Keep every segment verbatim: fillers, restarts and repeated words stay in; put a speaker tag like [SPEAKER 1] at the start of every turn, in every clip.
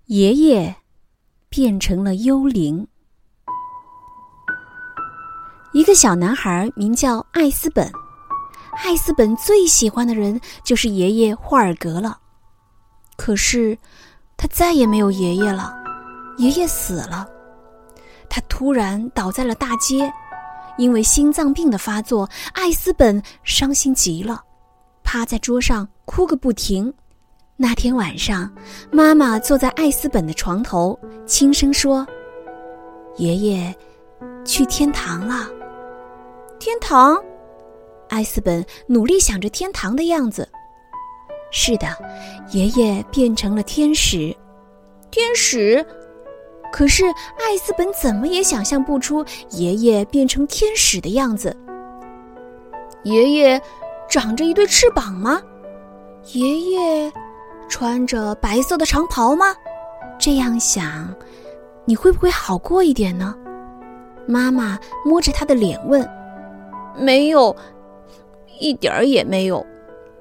[SPEAKER 1] 爷爷变成了幽灵。一个小男孩名叫艾斯本，艾斯本最喜欢的人就是爷爷霍尔格了。可是他再也没有爷爷了，爷爷死了。他突然倒在了大街，因为心脏病的发作，艾斯本伤心极了，趴在桌上哭个不停。那天晚上，妈妈坐在艾斯本的床头，轻声说：“爷爷去天堂了。”天堂？艾斯本努力想着天堂的样子。是的，爷爷变成了天使。天使？可是艾斯本怎么也想象不出爷爷变成天使的样子。爷爷长着一对翅膀吗？爷爷穿着白色的长袍吗？这样想，你会不会好过一点呢？妈妈摸着他的脸问。没有，一点儿也没有。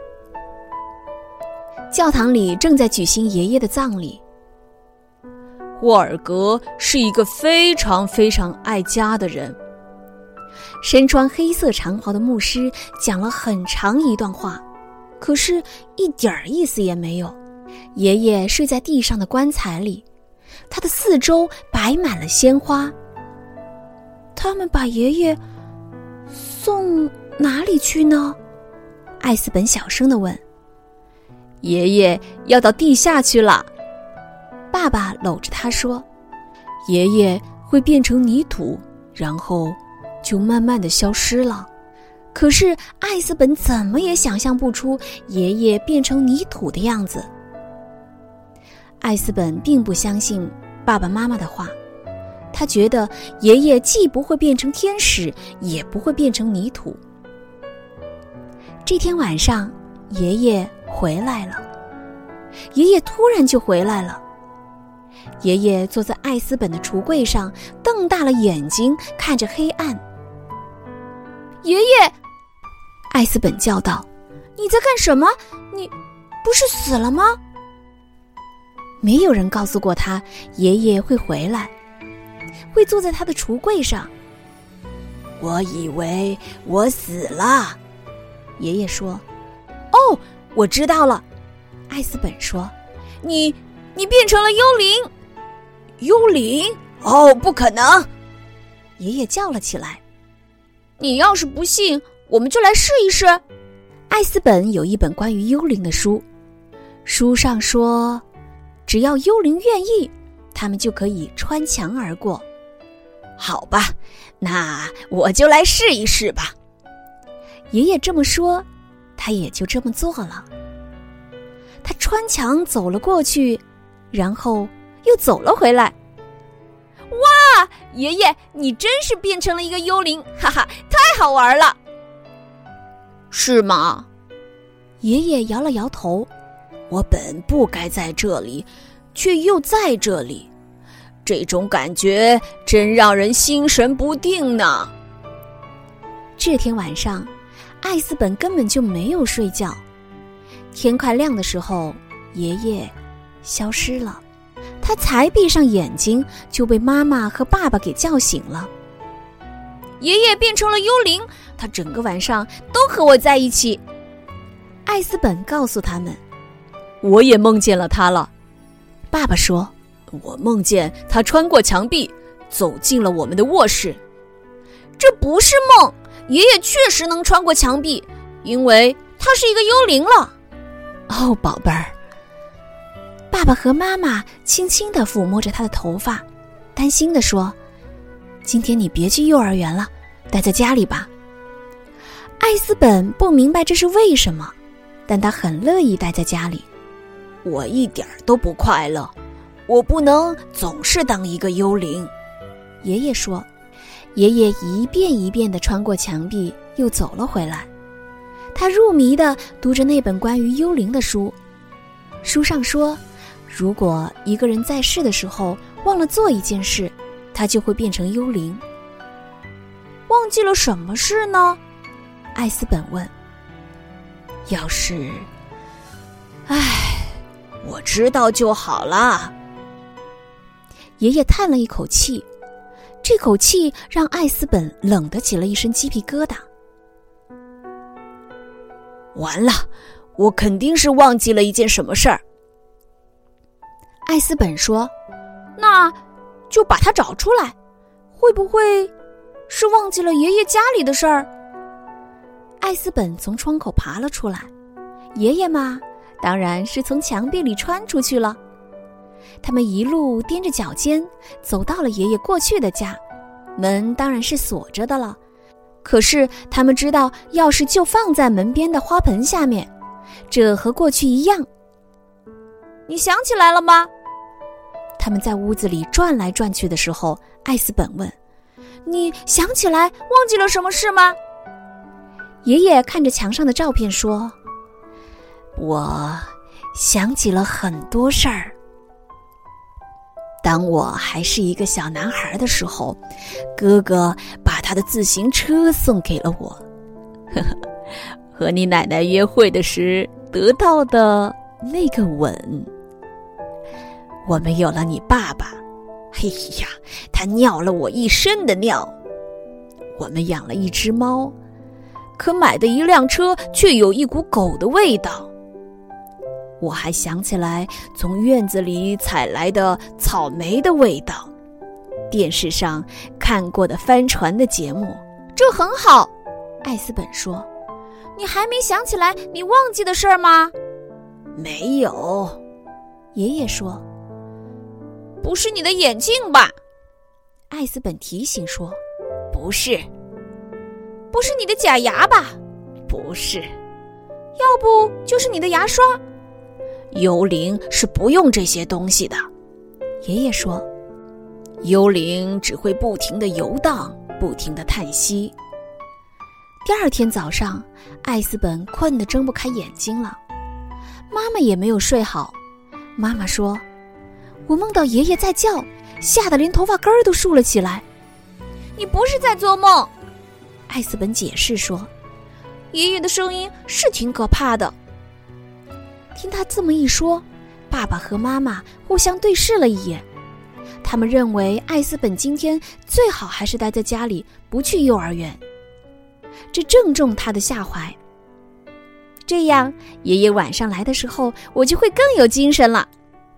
[SPEAKER 1] 教堂里正在举行爷爷的葬礼。霍尔格是一个非常非常爱家的人。身穿黑色长袍的牧师讲了很长一段话，可是一点儿意思也没有。爷爷睡在地上的棺材里，他的四周摆满了鲜花。他们把爷爷送哪里去呢？艾斯本小声地问。爷爷要到地下去了。爸爸搂着他说，爷爷会变成泥土，然后就慢慢地消失了。可是艾斯本怎么也想象不出爷爷变成泥土的样子。艾斯本并不相信爸爸妈妈的话，他觉得爷爷既不会变成天使，也不会变成泥土。这天晚上，爷爷回来了。爷爷突然就回来了。爷爷坐在艾斯本的橱柜上，瞪大了眼睛看着黑暗。爷爷，艾斯本叫道，你在干什么？你不是死了吗？没有人告诉过他爷爷会回来，会坐在他的橱柜上。我以为我死了，爷爷说。哦，我知道了，艾斯本说，你你变成了幽灵。幽灵？哦，不可能！爷爷叫了起来。你要是不信，我们就来试一试。艾斯本有一本关于幽灵的书，书上说，只要幽灵愿意，他们就可以穿墙而过。好吧，那我就来试一试吧。爷爷这么说，他也就这么做了。他穿墙走了过去，然后又走了回来。哇，爷爷，你真是变成了一个幽灵，哈哈，太好玩了。是吗？爷爷摇了摇头。我本不该在这里，却又在这里，这种感觉真让人心神不定呢。这天晚上，艾斯本根本就没有睡觉。天快亮的时候，爷爷消失了。他才闭上眼睛，就被妈妈和爸爸给叫醒了。爷爷变成了幽灵，他整个晚上都和我在一起。艾斯本告诉他们。我也梦见了他了，爸爸说。我梦见他穿过墙壁，走进了我们的卧室。这不是梦，爷爷确实能穿过墙壁，因为他是一个幽灵了。哦，宝贝儿。爸爸和妈妈轻轻地抚摸着他的头发，担心地说，今天你别去幼儿园了，待在家里吧。艾斯本不明白这是为什么，但他很乐意待在家里。我一点都不快乐，我不能总是当一个幽灵。爷爷说。爷爷一遍一遍地穿过墙壁，又走了回来。他入迷地读着那本关于幽灵的书。书上说，如果一个人在世的时候忘了做一件事，他就会变成幽灵。忘记了什么事呢？艾斯本问。要是……唉，我知道就好了。 爷爷叹了一口气，这口气让艾斯本冷得起了一身鸡皮疙瘩。
[SPEAKER 2] 完了，我肯定是忘记了一件什么事儿。
[SPEAKER 1] 艾斯本说，那就把它找出来，会不会是忘记了爷爷家里的事儿？艾斯本从窗口爬了出来，爷爷嘛，当然是从墙壁里穿出去了。他们一路踮着脚尖走到了爷爷过去的家，门当然是锁着的了。可是他们知道钥匙就放在门边的花盆下面，这和过去一样。你想起来了吗？他们在屋子里转来转去的时候，艾斯本问，你想起来忘记了什么事吗？爷爷看着墙上的照片说，我想起了很多事儿。当我还是一个小男孩的时候，哥哥把他的自行车送给了我，呵呵，和你奶奶约会的时得到的那个吻。我们有了你爸爸，嘿呀，他尿了我一身的尿。我们养了一只猫，可买的一辆车却有一股狗的味道。我还想起来从院子里采来的草莓的味道，电视上看过的帆船的节目。这很好，艾斯本说。你还没想起来你忘记的事儿吗？
[SPEAKER 2] 没有，
[SPEAKER 1] 爷爷说。
[SPEAKER 2] 不是你的眼镜吧？
[SPEAKER 1] 艾斯本提醒说。
[SPEAKER 2] 不是。
[SPEAKER 1] 不是你的假牙吧？
[SPEAKER 2] 不是。
[SPEAKER 1] 要不就是你的牙刷？
[SPEAKER 2] 幽灵是不用这些东西的，
[SPEAKER 1] 爷爷说。
[SPEAKER 2] 幽灵只会不停地游荡，不停地叹息。
[SPEAKER 1] 第二天早上，艾斯本困得睁不开眼睛了，妈妈也没有睡好。妈妈说，我梦到爷爷在叫，吓得连头发根儿都竖了起来。你不是在做梦，艾斯本解释说，爷爷的声音是挺可怕的。听他这么一说，爸爸和妈妈互相对视了一眼，他们认为艾斯本今天最好还是待在家里，不去幼儿园，这正中他的下怀。这样爷爷晚上来的时候，我就会更有精神了。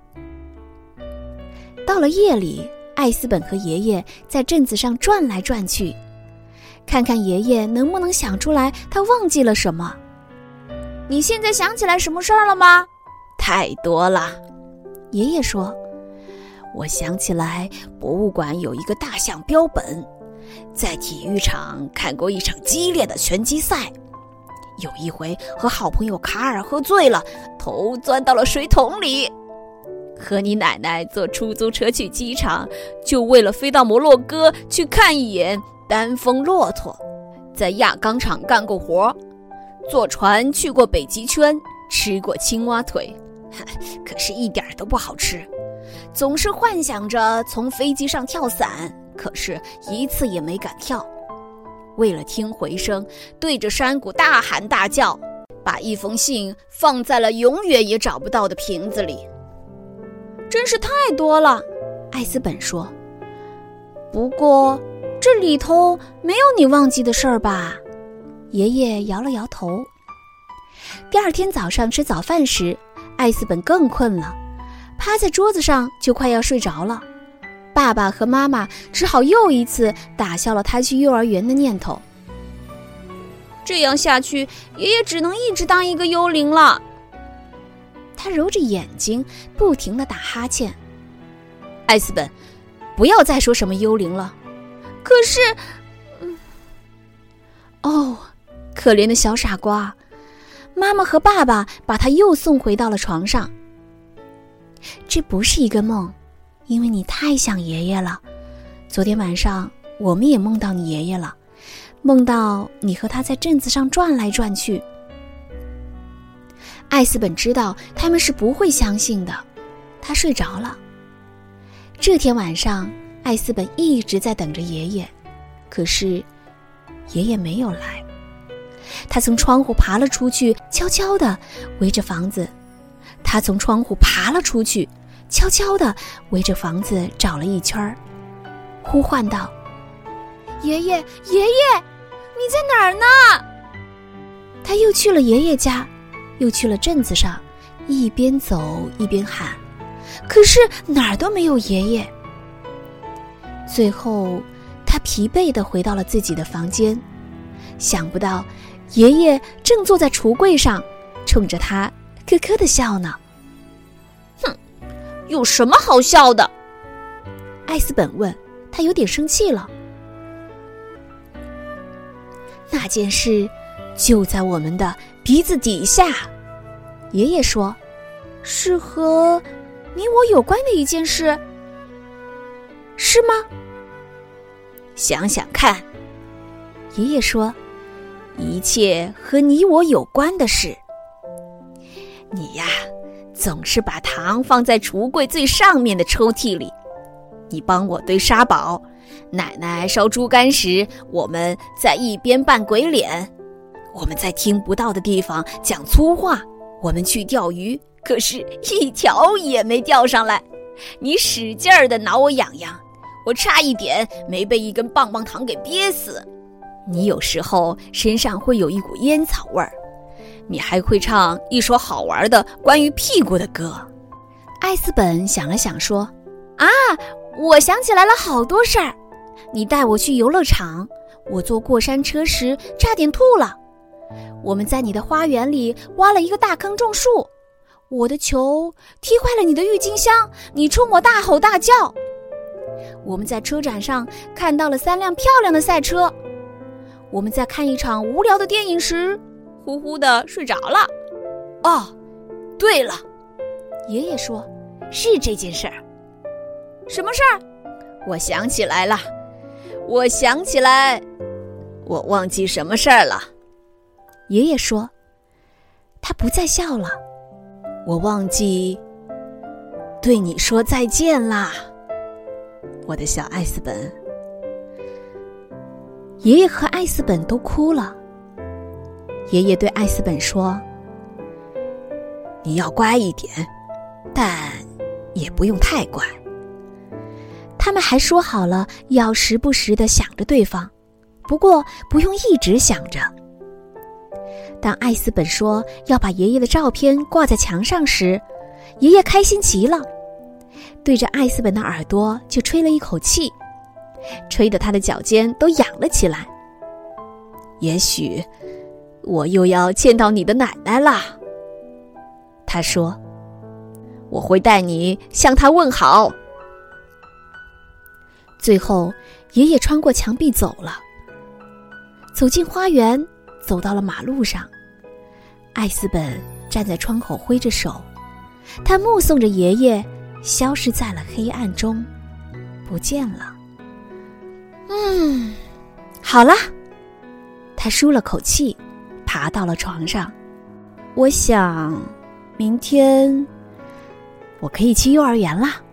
[SPEAKER 1] 到了夜里，艾斯本和爷爷在镇子上转来转去，看看爷爷能不能想出来他忘记了什么。你现在想起来什么事儿了吗？
[SPEAKER 2] 太多了，
[SPEAKER 1] 爷爷说。
[SPEAKER 2] 我想起来博物馆有一个大象标本，在体育场看过一场激烈的拳击赛，有一回和好朋友卡尔喝醉了，头钻到了水桶里。和你奶奶坐出租车去机场，就为了飞到摩洛哥去看一眼丹峰骆驼，在轧钢厂干过活，坐船去过北极圈，吃过青蛙腿，可是一点都不好吃。总是幻想着从飞机上跳伞，可是一次也没敢跳。为了听回声，对着山谷大喊大叫，把一封信放在了永远也找不到的瓶子里。
[SPEAKER 1] 真是太多了，艾斯本说。不过这里头没有你忘记的事儿吧？爷爷摇了摇头。第二天早上吃早饭时，艾斯本更困了，趴在桌子上就快要睡着了。爸爸和妈妈只好又一次打消了他去幼儿园的念头。这样下去，爷爷只能一直当一个幽灵了。他揉着眼睛，不停地打哈欠。艾斯本，不要再说什么幽灵了。可是，嗯，哦，可怜的小傻瓜。妈妈和爸爸把他又送回到了床上。这不是一个梦，因为你太想爷爷了。昨天晚上我们也梦到你爷爷了，梦到你和他在镇子上转来转去。艾斯本知道他们是不会相信的，他睡着了。这天晚上，艾斯本一直在等着爷爷，可是爷爷没有来。他从窗户爬了出去，悄悄地围着房子。他从窗户爬了出去，
[SPEAKER 2] 悄悄地围着房子找了一圈，呼唤道：
[SPEAKER 1] 爷爷，爷爷，你在哪儿呢？
[SPEAKER 2] 他又去了爷爷家，又去了镇子上，一边走一边喊，可是哪儿都没有爷爷。最后他疲惫地回到了自己的房间，想不到爷爷正坐在橱柜上，冲着他咯咯地笑呢。
[SPEAKER 1] 哼，有什么好笑的？
[SPEAKER 2] 艾斯本问，他有点生气了。那件事就在我们的鼻子底下，爷爷说，是和你我有关的一件事，是吗？想想看，爷爷说，一切和你我有关的事。你呀，总是把糖放在橱柜最上面的抽屉里，你帮我堆沙堡，奶奶烧猪肝时，我们在一边扮鬼脸，我们在听不到的地方讲粗话，我们去钓鱼，可是一条也没钓上来，你使劲儿地挠我痒痒，我差一点没被一根棒棒糖给憋死。你有时候身上会有一股烟草味儿，你还会唱一首好玩的关于屁股的歌。艾斯本想了想说，啊，我想起来了好多事儿。你带我去游乐场，我坐过山车时差点吐了。我们在你的花园里挖了一个大坑种树，我的球踢坏了你的郁金香，你冲我大吼大叫。我们在车展上看到了三辆漂亮的赛车，我们在看一场无聊的电影时呼呼地睡着了。哦，对了，爷爷说，是这件事儿。什么事儿？我想起来了，我想起来，我忘记什么事儿了。爷爷说，他不再笑了。我忘记对你说再见啦，我的小艾斯本。爷爷和艾斯本都哭了。爷爷对艾斯本说，你要乖一点，但也不用太乖。他们还说好了要时不时地想着对方，不过不用一直想着。当艾斯本说要把爷爷的照片挂在墙上时，爷爷开心极了，对着艾斯本的耳朵就吹了一口气，吹得他的脚尖都痒了起来。也许我又要见到你的奶奶啦，他说，我会带你向她问好。最后爷爷穿过墙壁走了，走进花园，走到了马路上。艾斯本站在窗口挥着手，他目送着爷爷消失在了黑暗中，不见了。嗯，好了，他舒了口气，爬到了床上。我想明天我可以去幼儿园啦。